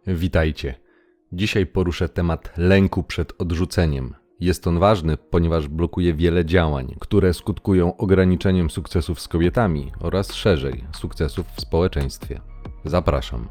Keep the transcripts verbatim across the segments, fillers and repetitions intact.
Witajcie. Dzisiaj poruszę temat lęku przed odrzuceniem. Jest on ważny, ponieważ blokuje wiele działań, które skutkują ograniczeniem sukcesów z kobietami oraz szerzej sukcesów w społeczeństwie. Zapraszam.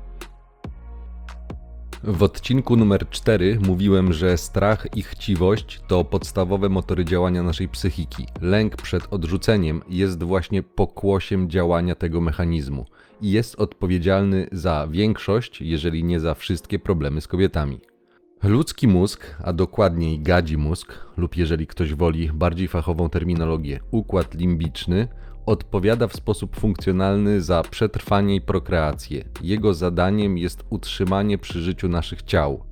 W odcinku numer cztery mówiłem, że strach i chciwość to podstawowe motory działania naszej psychiki. Lęk przed odrzuceniem jest właśnie pokłosiem działania tego mechanizmu i jest odpowiedzialny za większość, jeżeli nie za wszystkie problemy z kobietami. Ludzki mózg, a dokładniej gadzi mózg, lub jeżeli ktoś woli bardziej fachową terminologię, układ limbiczny, odpowiada w sposób funkcjonalny za przetrwanie i prokreację. Jego zadaniem jest utrzymanie przy życiu naszych ciał.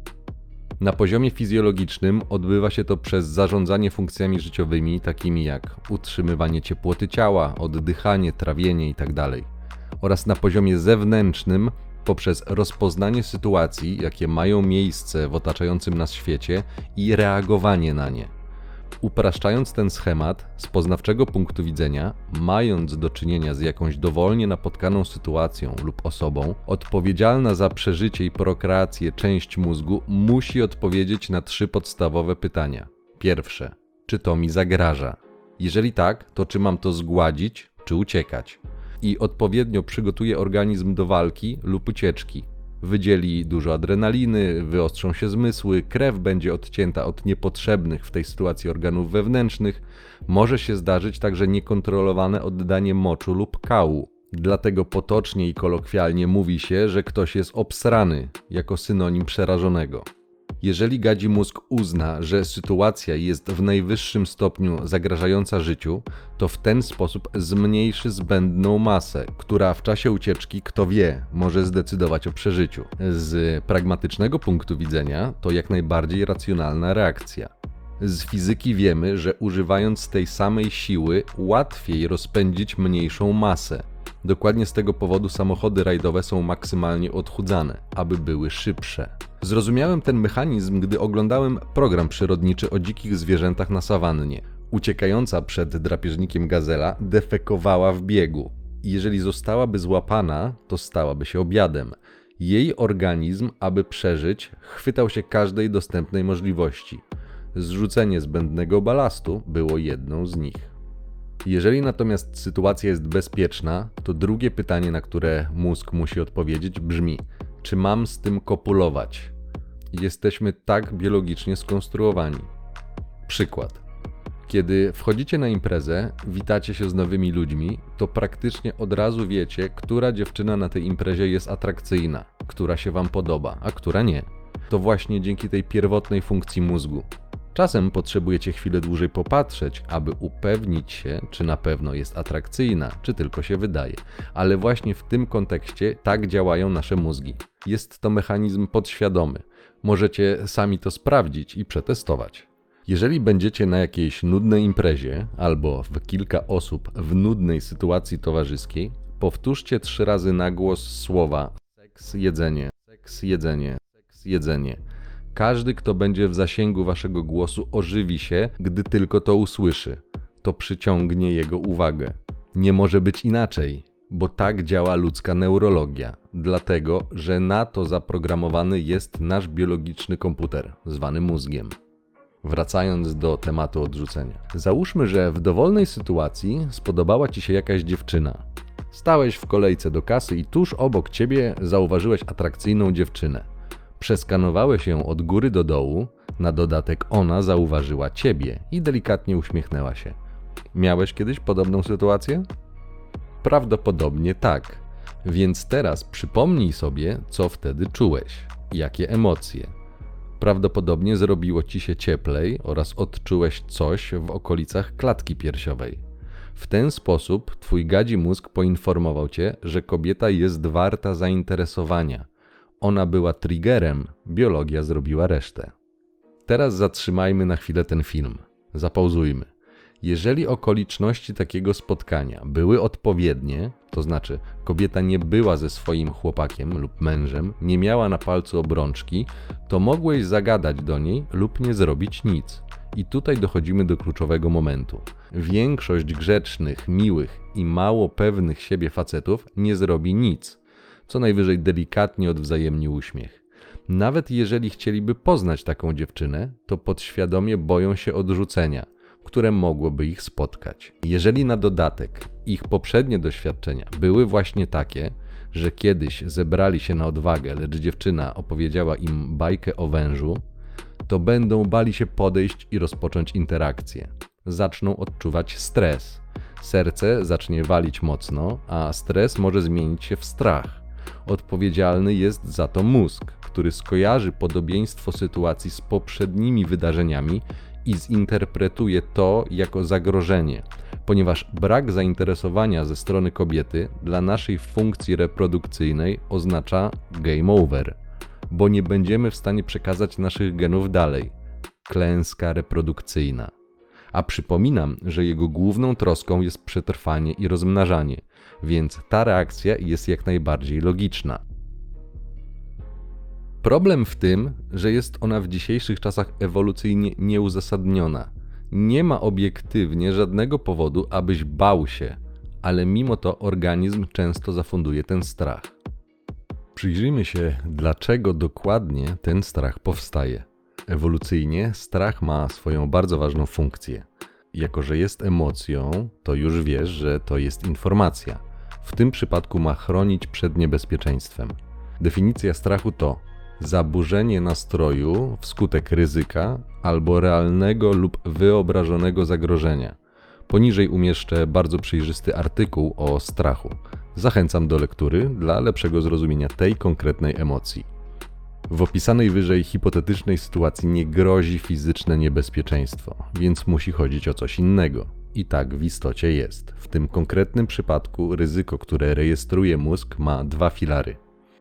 Na poziomie fizjologicznym odbywa się to przez zarządzanie funkcjami życiowymi, takimi jak utrzymywanie ciepłoty ciała, oddychanie, trawienie itd. Oraz na poziomie zewnętrznym poprzez rozpoznanie sytuacji, jakie mają miejsce w otaczającym nas świecie i reagowanie na nie. Upraszczając ten schemat, z poznawczego punktu widzenia, mając do czynienia z jakąś dowolnie napotkaną sytuacją lub osobą, odpowiedzialna za przeżycie i prokreację część mózgu musi odpowiedzieć na trzy podstawowe pytania. Pierwsze, czy to mi zagraża? Jeżeli tak, to czy mam to zgładzić, czy uciekać? I odpowiednio przygotuje organizm do walki lub ucieczki. Wydzieli dużo adrenaliny, wyostrzą się zmysły, krew będzie odcięta od niepotrzebnych w tej sytuacji organów wewnętrznych. Może się zdarzyć także niekontrolowane oddanie moczu lub kału. Dlatego potocznie i kolokwialnie mówi się, że ktoś jest obsrany, jako synonim przerażonego. Jeżeli gadzi mózg uzna, że sytuacja jest w najwyższym stopniu zagrażająca życiu, to w ten sposób zmniejszy zbędną masę, która w czasie ucieczki, kto wie, może zdecydować o przeżyciu. Z pragmatycznego punktu widzenia to jak najbardziej racjonalna reakcja. Z fizyki wiemy, że używając tej samej siły łatwiej rozpędzić mniejszą masę. Dokładnie z tego powodu samochody rajdowe są maksymalnie odchudzane, aby były szybsze. Zrozumiałem ten mechanizm, gdy oglądałem program przyrodniczy o dzikich zwierzętach na sawannie. Uciekająca przed drapieżnikiem gazela defekowała w biegu. Jeżeli zostałaby złapana, to stałaby się obiadem. Jej organizm, aby przeżyć, chwytał się każdej dostępnej możliwości. Zrzucenie zbędnego balastu było jedną z nich. Jeżeli natomiast sytuacja jest bezpieczna, to drugie pytanie, na które mózg musi odpowiedzieć, brzmi: czy mam z tym kopulować? Jesteśmy tak biologicznie skonstruowani. Przykład. Kiedy wchodzicie na imprezę, witacie się z nowymi ludźmi, to praktycznie od razu wiecie, która dziewczyna na tej imprezie jest atrakcyjna, która się wam podoba, a która nie. To właśnie dzięki tej pierwotnej funkcji mózgu. Czasem potrzebujecie chwilę dłużej popatrzeć, aby upewnić się, czy na pewno jest atrakcyjna, czy tylko się wydaje. Ale właśnie w tym kontekście tak działają nasze mózgi. Jest to mechanizm podświadomy. Możecie sami to sprawdzić i przetestować. Jeżeli będziecie na jakiejś nudnej imprezie albo w kilka osób w nudnej sytuacji towarzyskiej, powtórzcie trzy razy na głos słowa seks, jedzenie, seks, jedzenie, seks, jedzenie. Każdy, kto będzie w zasięgu waszego głosu, ożywi się, gdy tylko to usłyszy. To przyciągnie jego uwagę. Nie może być inaczej, bo tak działa ludzka neurologia. Dlatego, że na to zaprogramowany jest nasz biologiczny komputer, zwany mózgiem. Wracając do tematu odrzucenia. Załóżmy, że w dowolnej sytuacji spodobała ci się jakaś dziewczyna. Stałeś w kolejce do kasy i tuż obok ciebie zauważyłeś atrakcyjną dziewczynę. Przeskanowałeś ją od góry do dołu, na dodatek ona zauważyła ciebie i delikatnie uśmiechnęła się. Miałeś kiedyś podobną sytuację? Prawdopodobnie tak. Więc teraz przypomnij sobie, co wtedy czułeś, jakie emocje. Prawdopodobnie zrobiło ci się cieplej oraz odczułeś coś w okolicach klatki piersiowej. W ten sposób twój gadzi mózg poinformował cię, że kobieta jest warta zainteresowania. Ona była triggerem, biologia zrobiła resztę. Teraz zatrzymajmy na chwilę ten film. Zapauzujmy. Jeżeli okoliczności takiego spotkania były odpowiednie, to znaczy kobieta nie była ze swoim chłopakiem lub mężem, nie miała na palcu obrączki, to mogłeś zagadać do niej lub nie zrobić nic. I tutaj dochodzimy do kluczowego momentu. Większość grzecznych, miłych i mało pewnych siebie facetów nie zrobi nic. Co najwyżej delikatnie odwzajemni uśmiech. Nawet jeżeli chcieliby poznać taką dziewczynę, to podświadomie boją się odrzucenia, które mogłoby ich spotkać. Jeżeli na dodatek ich poprzednie doświadczenia były właśnie takie, że kiedyś zebrali się na odwagę, lecz dziewczyna opowiedziała im bajkę o wężu, to będą bali się podejść i rozpocząć interakcję. Zaczną odczuwać stres. Serce zacznie walić mocno, a stres może zmienić się w strach. Odpowiedzialny jest za to mózg, który skojarzy podobieństwo sytuacji z poprzednimi wydarzeniami i zinterpretuje to jako zagrożenie, ponieważ brak zainteresowania ze strony kobiety dla naszej funkcji reprodukcyjnej oznacza game over, bo nie będziemy w stanie przekazać naszych genów dalej. Klęska reprodukcyjna. A przypominam, że jego główną troską jest przetrwanie i rozmnażanie, więc ta reakcja jest jak najbardziej logiczna. Problem w tym, że jest ona w dzisiejszych czasach ewolucyjnie nieuzasadniona. Nie ma obiektywnie żadnego powodu, abyś bał się, ale mimo to organizm często zafunduje ten strach. Przyjrzyjmy się, dlaczego dokładnie ten strach powstaje. Ewolucyjnie strach ma swoją bardzo ważną funkcję. Jako że jest emocją, to już wiesz, że to jest informacja. W tym przypadku ma chronić przed niebezpieczeństwem. Definicja strachu to zaburzenie nastroju wskutek ryzyka albo realnego lub wyobrażonego zagrożenia. Poniżej umieszczę bardzo przejrzysty artykuł o strachu. Zachęcam do lektury dla lepszego zrozumienia tej konkretnej emocji. W opisanej wyżej hipotetycznej sytuacji nie grozi fizyczne niebezpieczeństwo, więc musi chodzić o coś innego. I tak w istocie jest. W tym konkretnym przypadku ryzyko, które rejestruje mózg, ma dwa filary.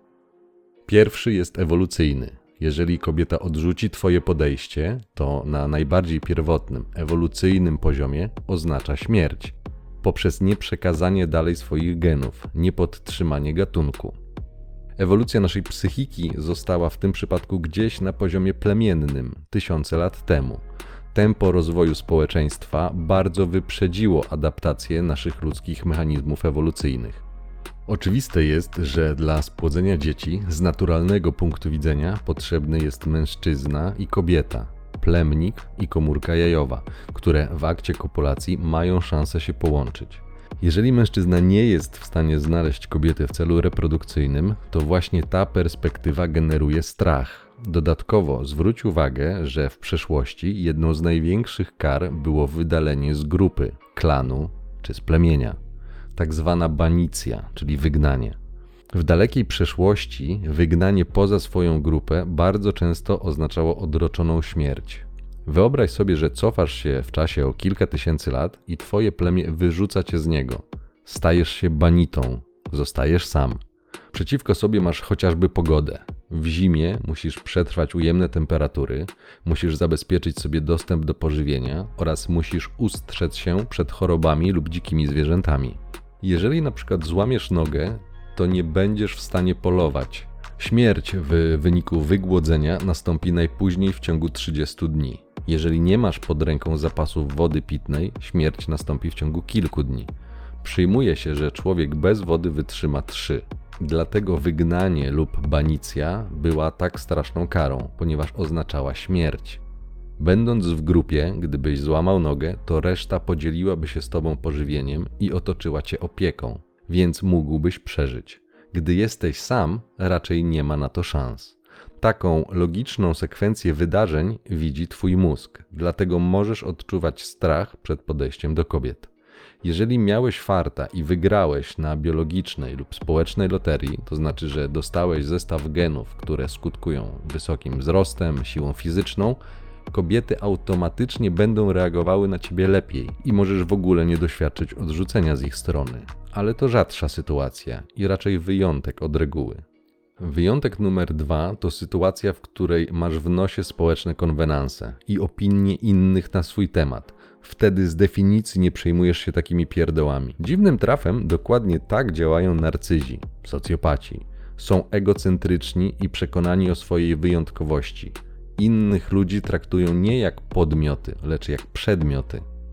Pierwszy jest ewolucyjny. Jeżeli kobieta odrzuci twoje podejście, to na najbardziej pierwotnym, ewolucyjnym poziomie oznacza śmierć, poprzez nieprzekazanie dalej swoich genów, niepodtrzymanie gatunku. Ewolucja naszej psychiki została w tym przypadku gdzieś na poziomie plemiennym, tysiące lat temu. Tempo rozwoju społeczeństwa bardzo wyprzedziło adaptację naszych ludzkich mechanizmów ewolucyjnych. Oczywiste jest, że dla spłodzenia dzieci z naturalnego punktu widzenia potrzebny jest mężczyzna i kobieta, plemnik i komórka jajowa, które w akcie kopulacji mają szansę się połączyć. Jeżeli mężczyzna nie jest w stanie znaleźć kobiety w celu reprodukcyjnym, to właśnie ta perspektywa generuje strach. Dodatkowo zwróć uwagę, że w przeszłości jedną z największych kar było wydalenie z grupy, klanu czy z plemienia. Tak zwana banicja, czyli wygnanie. W dalekiej przeszłości wygnanie poza swoją grupę bardzo często oznaczało odroczoną śmierć. Wyobraź sobie, że cofasz się w czasie o kilka tysięcy lat i twoje plemię wyrzuca cię z niego. Stajesz się banitą, zostajesz sam. Przeciwko sobie masz chociażby pogodę. W zimie musisz przetrwać ujemne temperatury, musisz zabezpieczyć sobie dostęp do pożywienia oraz musisz ustrzec się przed chorobami lub dzikimi zwierzętami. Jeżeli na przykład złamiesz nogę, to nie będziesz w stanie polować. Śmierć w wyniku wygłodzenia nastąpi najpóźniej w ciągu trzydziestu dni. Jeżeli nie masz pod ręką zapasów wody pitnej, śmierć nastąpi w ciągu kilku dni. Przyjmuje się, że człowiek bez wody wytrzyma trzy. Dlatego wygnanie lub banicja była tak straszną karą, ponieważ oznaczała śmierć. Będąc w grupie, gdybyś złamał nogę, to reszta podzieliłaby się z tobą pożywieniem i otoczyła cię opieką, więc mógłbyś przeżyć. Gdy jesteś sam, raczej nie ma na to szans. Taką logiczną sekwencję wydarzeń widzi twój mózg, dlatego możesz odczuwać strach przed podejściem do kobiet. Jeżeli miałeś farta i wygrałeś na biologicznej lub społecznej loterii, to znaczy, że dostałeś zestaw genów, które skutkują wysokim wzrostem, siłą fizyczną, kobiety automatycznie będą reagowały na ciebie lepiej i możesz w ogóle nie doświadczyć odrzucenia z ich strony. Ale to rzadsza sytuacja i raczej wyjątek od reguły. Wyjątek numer dwa to sytuacja, w której masz w nosie społeczne konwenanse i opinie innych na swój temat. Wtedy z definicji nie przejmujesz się takimi pierdołami. Dziwnym trafem dokładnie tak działają narcyzi, socjopaci. Są egocentryczni i przekonani o swojej wyjątkowości. Innych ludzi traktują nie jak podmioty, lecz jak przedmioty.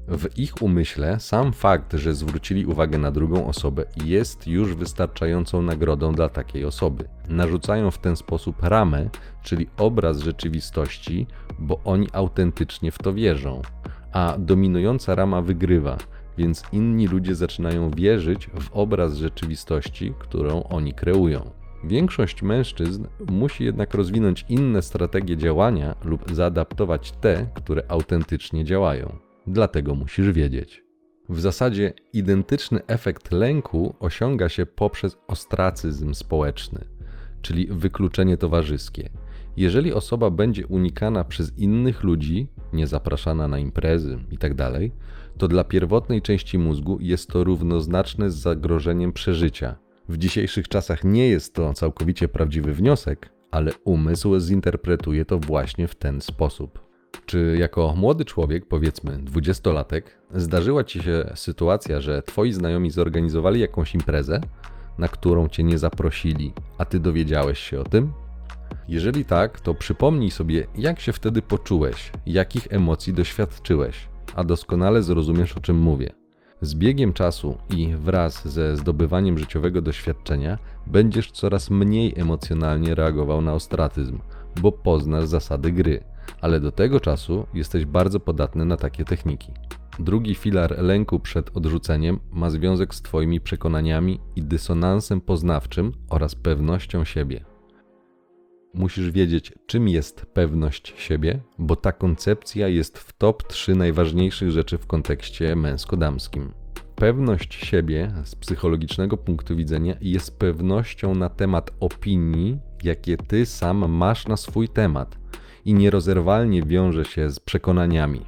W ich umyśle sam fakt, że zwrócili uwagę na drugą osobę, jest już wystarczającą nagrodą dla takiej osoby. Narzucają w ten sposób ramę, czyli obraz rzeczywistości, bo oni autentycznie w to wierzą. A dominująca rama wygrywa, więc inni ludzie zaczynają wierzyć w obraz rzeczywistości, którą oni kreują. Większość mężczyzn musi jednak rozwinąć inne strategie działania lub zaadaptować te, które autentycznie działają. Dlatego musisz wiedzieć. W zasadzie identyczny efekt lęku osiąga się poprzez ostracyzm społeczny, czyli wykluczenie towarzyskie. Jeżeli osoba będzie unikana przez innych ludzi, niezapraszana na imprezy itd., to dla pierwotnej części mózgu jest to równoznaczne z zagrożeniem przeżycia. W dzisiejszych czasach nie jest to całkowicie prawdziwy wniosek, ale umysł zinterpretuje to właśnie w ten sposób. Czy jako młody człowiek, powiedzmy dwudziestolatek, zdarzyła ci się sytuacja, że twoi znajomi zorganizowali jakąś imprezę, na którą cię nie zaprosili, a ty dowiedziałeś się o tym? Jeżeli tak, to przypomnij sobie, jak się wtedy poczułeś, jakich emocji doświadczyłeś, a doskonale zrozumiesz, o czym mówię. Z biegiem czasu i wraz ze zdobywaniem życiowego doświadczenia będziesz coraz mniej emocjonalnie reagował na ostracyzm, bo poznasz zasady gry, ale do tego czasu jesteś bardzo podatny na takie techniki. Drugi filar lęku przed odrzuceniem ma związek z twoimi przekonaniami i dysonansem poznawczym oraz pewnością siebie. Musisz wiedzieć, czym jest pewność siebie, bo ta koncepcja jest w top trzy najważniejszych rzeczy w kontekście męsko-damskim. Pewność siebie z psychologicznego punktu widzenia jest pewnością na temat opinii, jakie ty sam masz na swój temat i nierozerwalnie wiąże się z przekonaniami.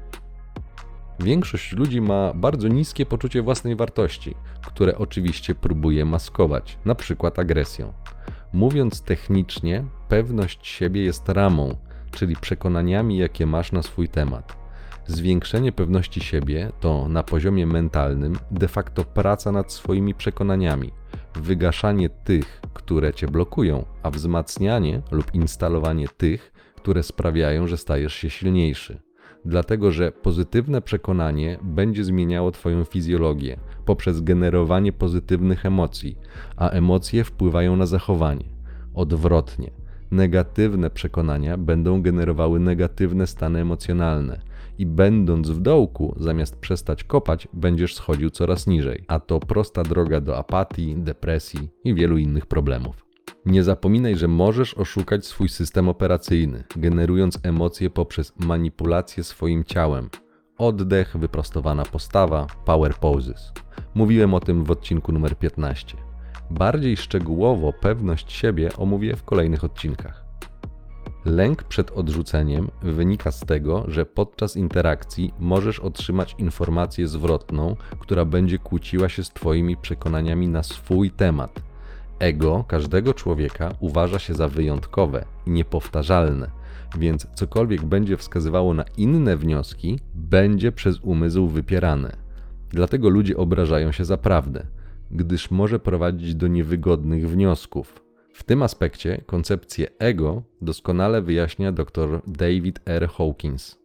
Większość ludzi ma bardzo niskie poczucie własnej wartości, które oczywiście próbuje maskować, na przykład agresją. Mówiąc technicznie, pewność siebie jest ramą, czyli przekonaniami, jakie masz na swój temat. Zwiększenie pewności siebie to na poziomie mentalnym de facto praca nad swoimi przekonaniami, wygaszanie tych, które cię blokują, a wzmacnianie lub instalowanie tych, które sprawiają, że stajesz się silniejszy. Dlatego, że pozytywne przekonanie będzie zmieniało twoją fizjologię poprzez generowanie pozytywnych emocji, a emocje wpływają na zachowanie. Odwrotnie, negatywne przekonania będą generowały negatywne stany emocjonalne i będąc w dołku, zamiast przestać kopać, będziesz schodził coraz niżej, a to prosta droga do apatii, depresji i wielu innych problemów. Nie zapominaj, że możesz oszukać swój system operacyjny, generując emocje poprzez manipulację swoim ciałem. Oddech, wyprostowana postawa, power poses. Mówiłem o tym w odcinku numer piętnaście. Bardziej szczegółowo pewność siebie omówię w kolejnych odcinkach. Lęk przed odrzuceniem wynika z tego, że podczas interakcji możesz otrzymać informację zwrotną, która będzie kłóciła się z twoimi przekonaniami na swój temat. Ego każdego człowieka uważa się za wyjątkowe i niepowtarzalne, więc cokolwiek będzie wskazywało na inne wnioski, będzie przez umysł wypierane. Dlatego ludzie obrażają się za prawdę, gdyż może prowadzić do niewygodnych wniosków. W tym aspekcie koncepcję ego doskonale wyjaśnia dr David R. Hawkins.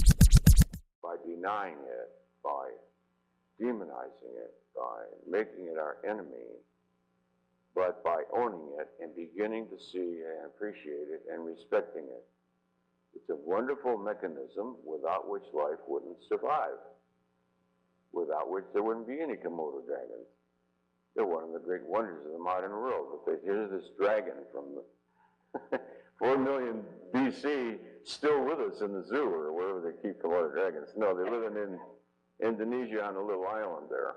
By denying it, by demonizing it, by making it our enemy, but by owning it and beginning to see and appreciate it and respecting it. It's a wonderful mechanism without which life wouldn't survive, without which there wouldn't be any Komodo dragons. They're one of the great wonders of the modern world. But here's this dragon from the four million B C still with us in the zoo or wherever they keep Komodo dragons. No, they live in Indonesia on a little island there.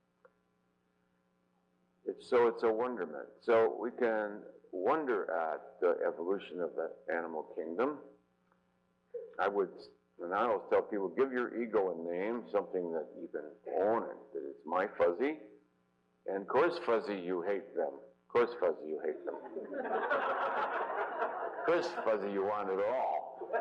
It's, so it's a wonderment. So we can wonder at the evolution of the animal kingdom. I would, and I always tell people, give your ego a name, something that you can own it, that it's my fuzzy. And of course, fuzzy, you hate them. Of course, fuzzy, you hate them. Of course, fuzzy, you want it all.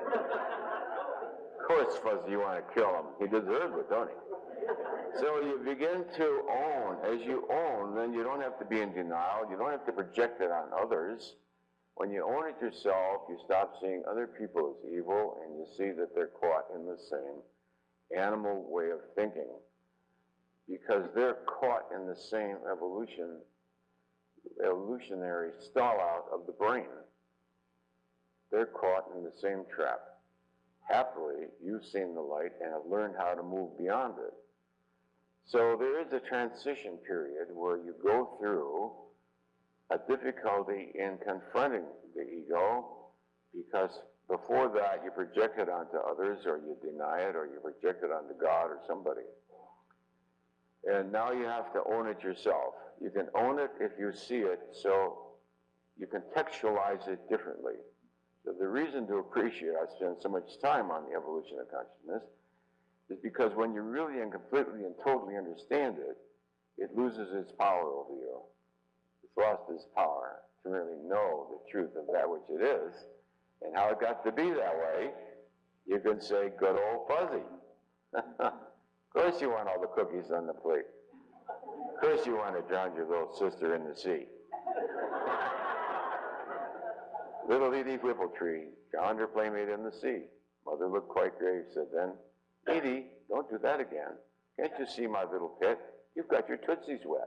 Of course, fuzzy, you want to kill him. He deserves it, don't he? So you begin to own. As you own, then you don't have to be in denial. You don't have to project it on others. When you own it yourself, you stop seeing other people as evil, and you see that they're caught in the same animal way of thinking because they're caught in the same evolution, evolutionary stall-out of the brain. They're caught in the same trap. Happily, you've seen the light and have learned how to move beyond it. So there is a transition period where you go through a difficulty in confronting the ego because before that you project it onto others or you deny it or you project it onto God or somebody. And now you have to own it yourself. You can own it if you see it, so you contextualize it differently. So the reason to appreciate I spend so much time on the evolution of consciousness is because when you really and completely and totally understand it, it loses its power over you. It's lost its power to really know the truth of that which it is and how it got to be that way. You can say, good old fuzzy. Of course you want all the cookies on the plate. Of course you want to drown your little sister in the sea. Little Edie Whippletree drowned her playmate in the sea. Mother looked quite grave, said then, Edie, don't do that again. Can't you see my little pit? You've got your tootsies wet.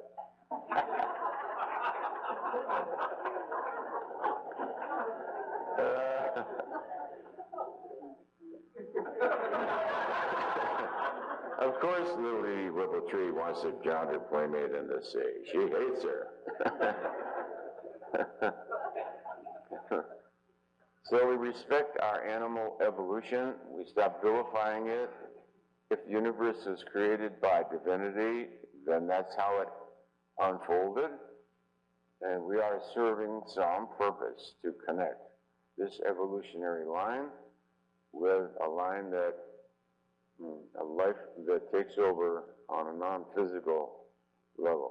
uh, of course, little Edie Whippletree wants to drown her playmate in the sea. She hates her. So we respect our animal evolution. We stop vilifying it. If the universe is created by divinity, then that's how it unfolded. And we are serving some purpose to connect this evolutionary line with a line that, a life that takes over on a non-physical level.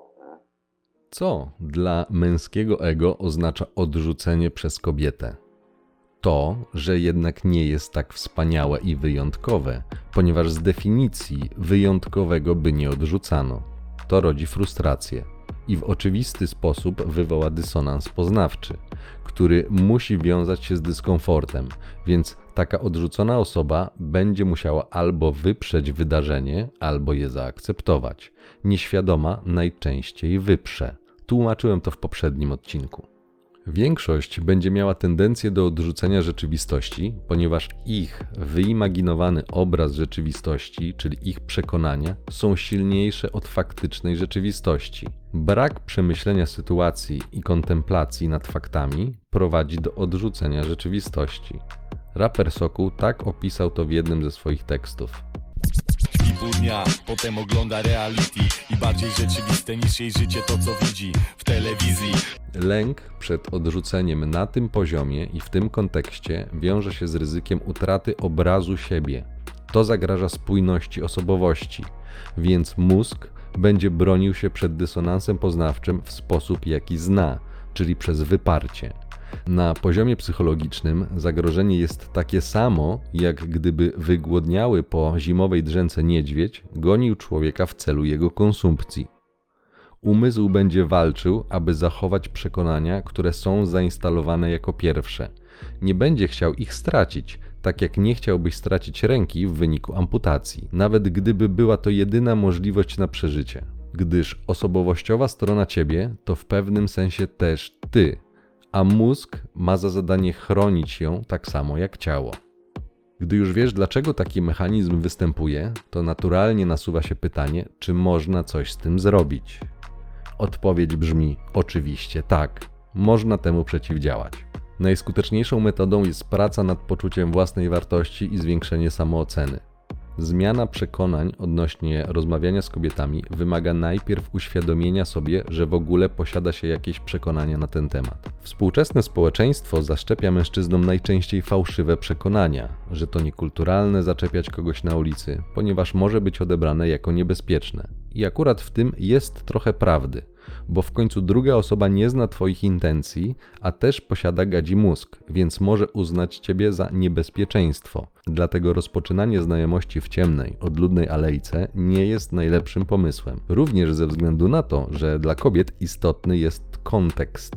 Co dla męskiego ego oznacza odrzucenie przez kobietę? To, że jednak nie jest tak wspaniałe i wyjątkowe, ponieważ z definicji wyjątkowego by nie odrzucano. To rodzi frustrację i w oczywisty sposób wywoła dysonans poznawczy, który musi wiązać się z dyskomfortem, więc taka odrzucona osoba będzie musiała albo wyprzeć wydarzenie, albo je zaakceptować. Nieświadoma najczęściej wyprze. Tłumaczyłem to w poprzednim odcinku. Większość będzie miała tendencję do odrzucenia rzeczywistości, ponieważ ich wyimaginowany obraz rzeczywistości, czyli ich przekonania, są silniejsze od faktycznej rzeczywistości. Brak przemyślenia sytuacji i kontemplacji nad faktami prowadzi do odrzucenia rzeczywistości. Raper Sokół tak opisał to w jednym ze swoich tekstów. I pół dnia, potem ogląda reality i bardziej rzeczywiste niż jej życie to, co widzi w telewizji. Lęk przed odrzuceniem na tym poziomie i w tym kontekście wiąże się z ryzykiem utraty obrazu siebie. To zagraża spójności osobowości, więc mózg będzie bronił się przed dysonansem poznawczym w sposób, jaki zna, czyli przez wyparcie. Na poziomie psychologicznym zagrożenie jest takie samo, jak gdyby wygłodniały po zimowej drzence niedźwiedź gonił człowieka w celu jego konsumpcji. Umysł będzie walczył, aby zachować przekonania, które są zainstalowane jako pierwsze. Nie będzie chciał ich stracić, tak jak nie chciałbyś stracić ręki w wyniku amputacji, nawet gdyby była to jedyna możliwość na przeżycie. Gdyż osobowościowa strona ciebie to w pewnym sensie też ty, a mózg ma za zadanie chronić ją tak samo jak ciało. Gdy już wiesz, dlaczego taki mechanizm występuje, to naturalnie nasuwa się pytanie, czy można coś z tym zrobić. Odpowiedź brzmi oczywiście tak, można temu przeciwdziałać. Najskuteczniejszą metodą jest praca nad poczuciem własnej wartości i zwiększenie samooceny. Zmiana przekonań odnośnie rozmawiania z kobietami wymaga najpierw uświadomienia sobie, że w ogóle posiada się jakieś przekonania na ten temat. Współczesne społeczeństwo zaszczepia mężczyznom najczęściej fałszywe przekonania, że to niekulturalne zaczepiać kogoś na ulicy, ponieważ może być odebrane jako niebezpieczne. I akurat w tym jest trochę prawdy, bo w końcu druga osoba nie zna twoich intencji, a też posiada gadzi mózg, więc może uznać ciebie za niebezpieczeństwo. Dlatego rozpoczynanie znajomości w ciemnej, odludnej alejce nie jest najlepszym pomysłem. Również ze względu na to, że dla kobiet istotny jest kontekst.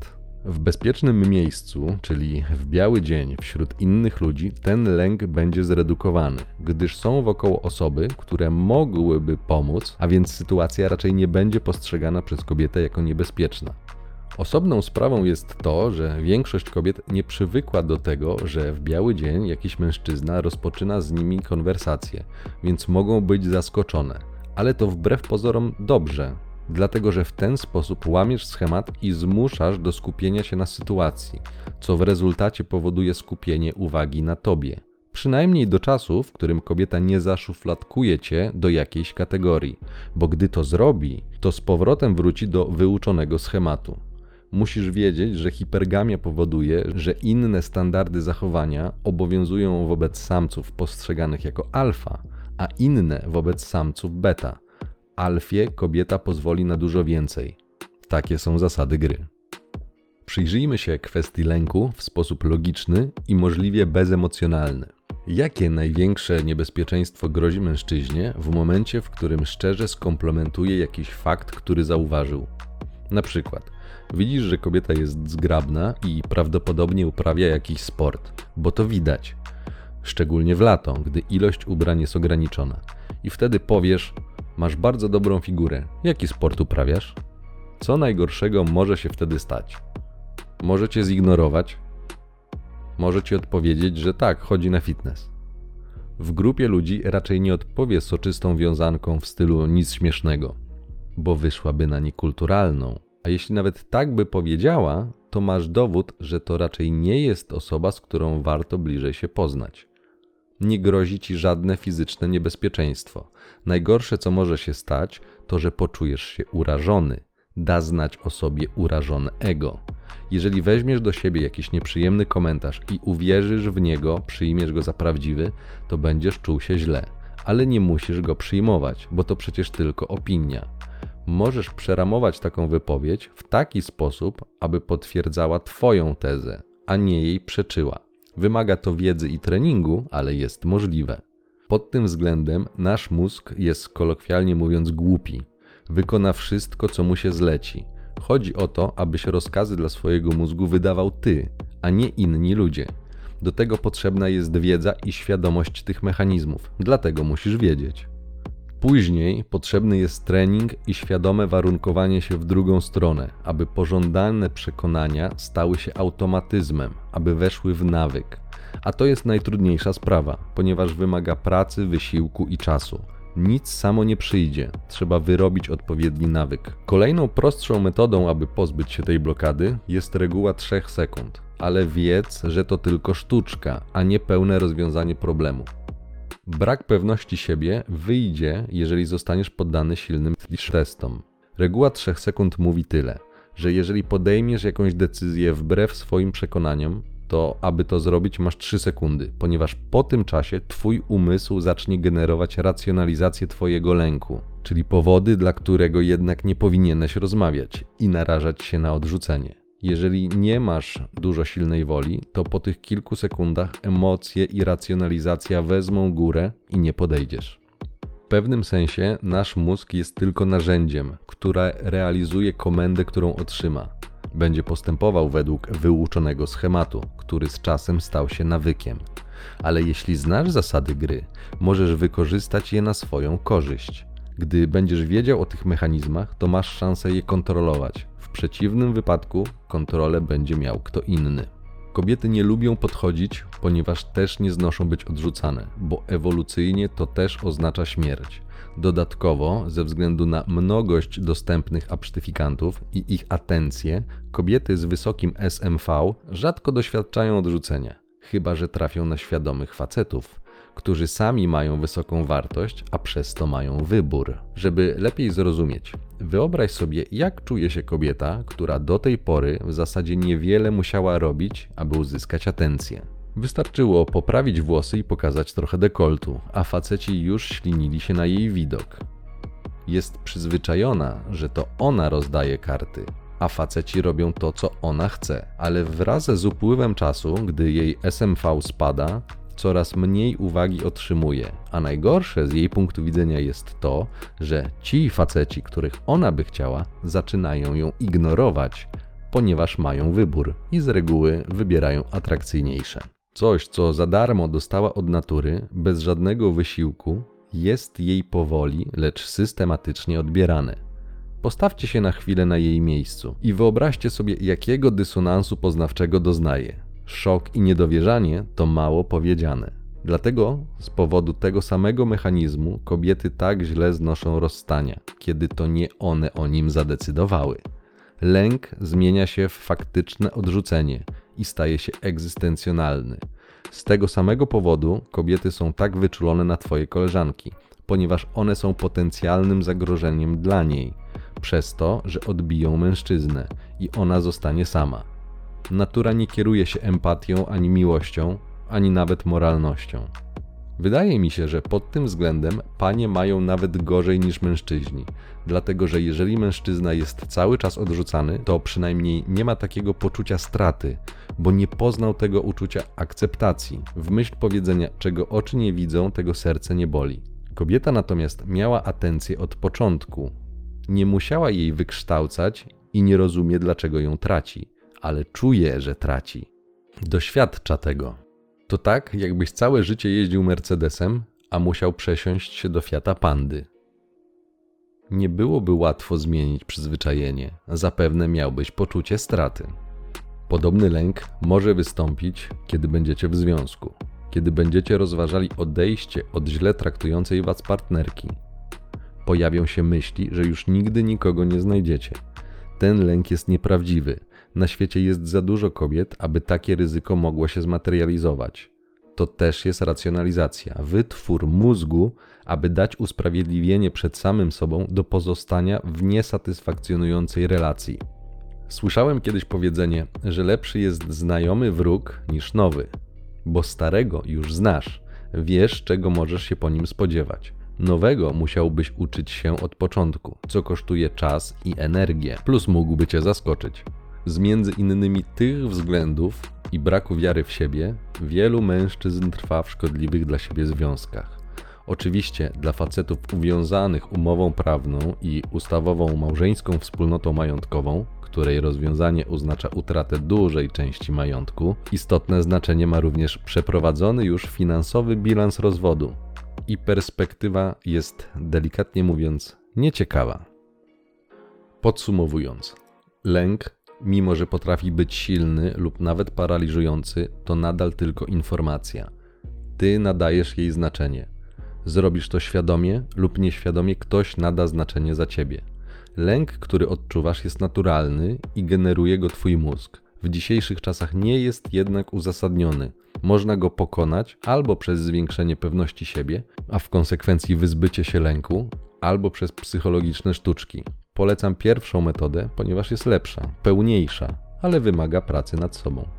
W bezpiecznym miejscu, czyli w biały dzień wśród innych ludzi, ten lęk będzie zredukowany, gdyż są wokoło osoby, które mogłyby pomóc, a więc sytuacja raczej nie będzie postrzegana przez kobietę jako niebezpieczna. Osobną sprawą jest to, że większość kobiet nie przywykła do tego, że w biały dzień jakiś mężczyzna rozpoczyna z nimi konwersację, więc mogą być zaskoczone. Ale to wbrew pozorom dobrze, dlatego że w ten sposób łamiesz schemat i zmuszasz do skupienia się na sytuacji, co w rezultacie powoduje skupienie uwagi na tobie. Przynajmniej do czasu, w którym kobieta nie zaszufladkuje cię do jakiejś kategorii, bo gdy to zrobi, to z powrotem wróci do wyuczonego schematu. Musisz wiedzieć, że hipergamia powoduje, że inne standardy zachowania obowiązują wobec samców postrzeganych jako alfa, a inne wobec samców beta. Alfie kobieta pozwoli na dużo więcej. Takie są zasady gry. Przyjrzyjmy się kwestii lęku w sposób logiczny i możliwie bezemocjonalny. Jakie największe niebezpieczeństwo grozi mężczyźnie w momencie, w którym szczerze skomplementuje jakiś fakt, który zauważył? Na przykład, widzisz, że kobieta jest zgrabna i prawdopodobnie uprawia jakiś sport, bo to widać. Szczególnie w lato, gdy ilość ubrań jest ograniczona. I wtedy powiesz: masz bardzo dobrą figurę, jaki sport uprawiasz? Co najgorszego może się wtedy stać? Może cię zignorować? Może ci odpowiedzieć, że tak, chodzi na fitness. W grupie ludzi raczej nie odpowie soczystą wiązanką w stylu nic śmiesznego, bo wyszłaby na niekulturalną. A jeśli nawet tak by powiedziała, to masz dowód, że to raczej nie jest osoba, z którą warto bliżej się poznać. Nie grozi ci żadne fizyczne niebezpieczeństwo. Najgorsze, co może się stać, to że poczujesz się urażony. Da znać o sobie urażone ego. Jeżeli weźmiesz do siebie jakiś nieprzyjemny komentarz i uwierzysz w niego, przyjmiesz go za prawdziwy, to będziesz czuł się źle. Ale nie musisz go przyjmować, bo to przecież tylko opinia. Możesz przeramować taką wypowiedź w taki sposób, aby potwierdzała twoją tezę, a nie jej przeczyła. Wymaga to wiedzy i treningu, ale jest możliwe. Pod tym względem nasz mózg jest, kolokwialnie mówiąc, głupi. Wykona wszystko, co mu się zleci. Chodzi o to, abyś rozkazy dla swojego mózgu wydawał ty, a nie inni ludzie. Do tego potrzebna jest wiedza i świadomość tych mechanizmów, dlatego musisz wiedzieć. Później potrzebny jest trening i świadome warunkowanie się w drugą stronę, aby pożądane przekonania stały się automatyzmem, aby weszły w nawyk. A to jest najtrudniejsza sprawa, ponieważ wymaga pracy, wysiłku i czasu. Nic samo nie przyjdzie, trzeba wyrobić odpowiedni nawyk. Kolejną prostszą metodą, aby pozbyć się tej blokady, jest reguła trzech sekund. Ale wiedz, że to tylko sztuczka, a nie pełne rozwiązanie problemu. Brak pewności siebie wyjdzie, jeżeli zostaniesz poddany silnym testom. Reguła trzech sekund mówi tyle, że jeżeli podejmiesz jakąś decyzję wbrew swoim przekonaniom, to aby to zrobić masz trzy sekundy, ponieważ po tym czasie twój umysł zacznie generować racjonalizację twojego lęku, czyli powody, dla którego jednak nie powinieneś rozmawiać i narażać się na odrzucenie. Jeżeli nie masz dużo silnej woli, to po tych kilku sekundach emocje i racjonalizacja wezmą górę i nie podejdziesz. W pewnym sensie nasz mózg jest tylko narzędziem, które realizuje komendę, którą otrzyma. Będzie postępował według wyuczonego schematu, który z czasem stał się nawykiem. Ale jeśli znasz zasady gry, możesz wykorzystać je na swoją korzyść. Gdy będziesz wiedział o tych mechanizmach, to masz szansę je kontrolować. W przeciwnym wypadku kontrolę będzie miał kto inny. Kobiety nie lubią podchodzić, ponieważ też nie znoszą być odrzucane, bo ewolucyjnie to też oznacza śmierć. Dodatkowo, ze względu na mnogość dostępnych absztyfikantów i ich atencję, kobiety z wysokim S M V rzadko doświadczają odrzucenia, chyba że trafią na świadomych facetów, którzy sami mają wysoką wartość, a przez to mają wybór. Żeby lepiej zrozumieć, wyobraź sobie, jak czuje się kobieta, która do tej pory w zasadzie niewiele musiała robić, aby uzyskać atencję. Wystarczyło poprawić włosy i pokazać trochę dekoltu, a faceci już ślinili się na jej widok. Jest przyzwyczajona, że to ona rozdaje karty, a faceci robią to, co ona chce, ale wraz z upływem czasu, gdy jej S M V spada, coraz mniej uwagi otrzymuje, a najgorsze z jej punktu widzenia jest to, że ci faceci, których ona by chciała, zaczynają ją ignorować, ponieważ mają wybór i z reguły wybierają atrakcyjniejsze. Coś, co za darmo dostała od natury, bez żadnego wysiłku, jest jej powoli, lecz systematycznie odbierane. Postawcie się na chwilę na jej miejscu i wyobraźcie sobie, jakiego dysonansu poznawczego doznaje. Szok i niedowierzanie to mało powiedziane. Dlatego z powodu tego samego mechanizmu kobiety tak źle znoszą rozstania, kiedy to nie one o nim zadecydowały. Lęk zmienia się w faktyczne odrzucenie i staje się egzystencjonalny. Z tego samego powodu kobiety są tak wyczulone na twoje koleżanki, ponieważ one są potencjalnym zagrożeniem dla niej, przez to, że odbiją mężczyznę i ona zostanie sama. Natura nie kieruje się empatią ani miłością, ani nawet moralnością. Wydaje mi się, że pod tym względem panie mają nawet gorzej niż mężczyźni, dlatego że jeżeli mężczyzna jest cały czas odrzucany, to przynajmniej nie ma takiego poczucia straty, bo nie poznał tego uczucia akceptacji, w myśl powiedzenia, czego oczy nie widzą, tego serce nie boli. Kobieta natomiast miała atencję od początku. Nie musiała jej wykształcać i nie rozumie, dlaczego ją traci, ale czuje, że traci. Doświadcza tego. To tak, jakbyś całe życie jeździł Mercedesem, a musiał przesiąść się do Fiata Pandy. Nie byłoby łatwo zmienić przyzwyczajenie, zapewne miałbyś poczucie straty. Podobny lęk może wystąpić, kiedy będziecie w związku, kiedy będziecie rozważali odejście od źle traktującej was partnerki. Pojawią się myśli, że już nigdy nikogo nie znajdziecie. Ten lęk jest nieprawdziwy. Na świecie jest za dużo kobiet, aby takie ryzyko mogło się zmaterializować. To też jest racjonalizacja, wytwór mózgu, aby dać usprawiedliwienie przed samym sobą do pozostania w niesatysfakcjonującej relacji. Słyszałem kiedyś powiedzenie, że lepszy jest znajomy wróg niż nowy, bo starego już znasz, wiesz, czego możesz się po nim spodziewać. Nowego musiałbyś uczyć się od początku, co kosztuje czas i energię, plus mógłby cię zaskoczyć. Z między innymi tych względów i braku wiary w siebie, wielu mężczyzn trwa w szkodliwych dla siebie związkach. Oczywiście dla facetów uwiązanych umową prawną i ustawową małżeńską wspólnotą majątkową, której rozwiązanie oznacza utratę dużej części majątku, istotne znaczenie ma również przeprowadzony już finansowy bilans rozwodu. I perspektywa jest, delikatnie mówiąc, nieciekawa. Podsumowując, lęk, mimo że potrafi być silny lub nawet paraliżujący, to nadal tylko informacja. Ty nadajesz jej znaczenie. Zrobisz to świadomie lub nieświadomie, ktoś nada znaczenie za ciebie. Lęk, który odczuwasz, jest naturalny i generuje go twój mózg. W dzisiejszych czasach nie jest jednak uzasadniony. Można go pokonać albo przez zwiększenie pewności siebie, a w konsekwencji wyzbycie się lęku, albo przez psychologiczne sztuczki. Polecam pierwszą metodę, ponieważ jest lepsza, pełniejsza, ale wymaga pracy nad sobą.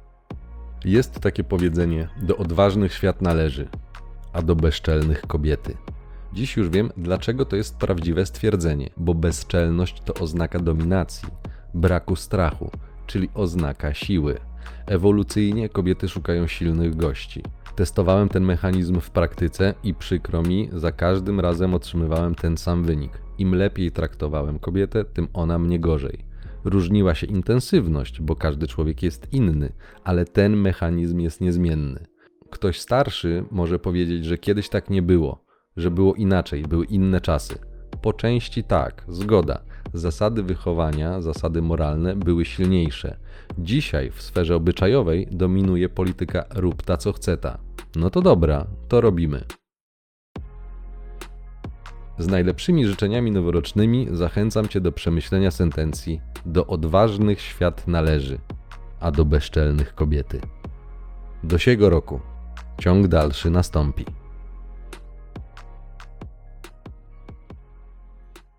Jest takie powiedzenie: do odważnych świat należy, a do bezczelnych kobiety. Dziś już wiem, dlaczego to jest prawdziwe stwierdzenie, bo bezczelność to oznaka dominacji, braku strachu, czyli oznaka siły. Ewolucyjnie kobiety szukają silnych gości. Testowałem ten mechanizm w praktyce i przykro mi, za każdym razem otrzymywałem ten sam wynik. Im lepiej traktowałem kobietę, tym ona mnie gorzej. Różniła się intensywność, bo każdy człowiek jest inny, ale ten mechanizm jest niezmienny. Ktoś starszy może powiedzieć, że kiedyś tak nie było, że było inaczej, były inne czasy. Po części tak, zgoda. Zasady wychowania, zasady moralne były silniejsze. Dzisiaj w sferze obyczajowej dominuje polityka rób ta co chce ta. No to dobra, to robimy. Z najlepszymi życzeniami noworocznymi zachęcam Cię do przemyślenia sentencji: do odważnych świat należy, a do bezczelnych kobiety. Do siego roku. Ciąg dalszy nastąpi.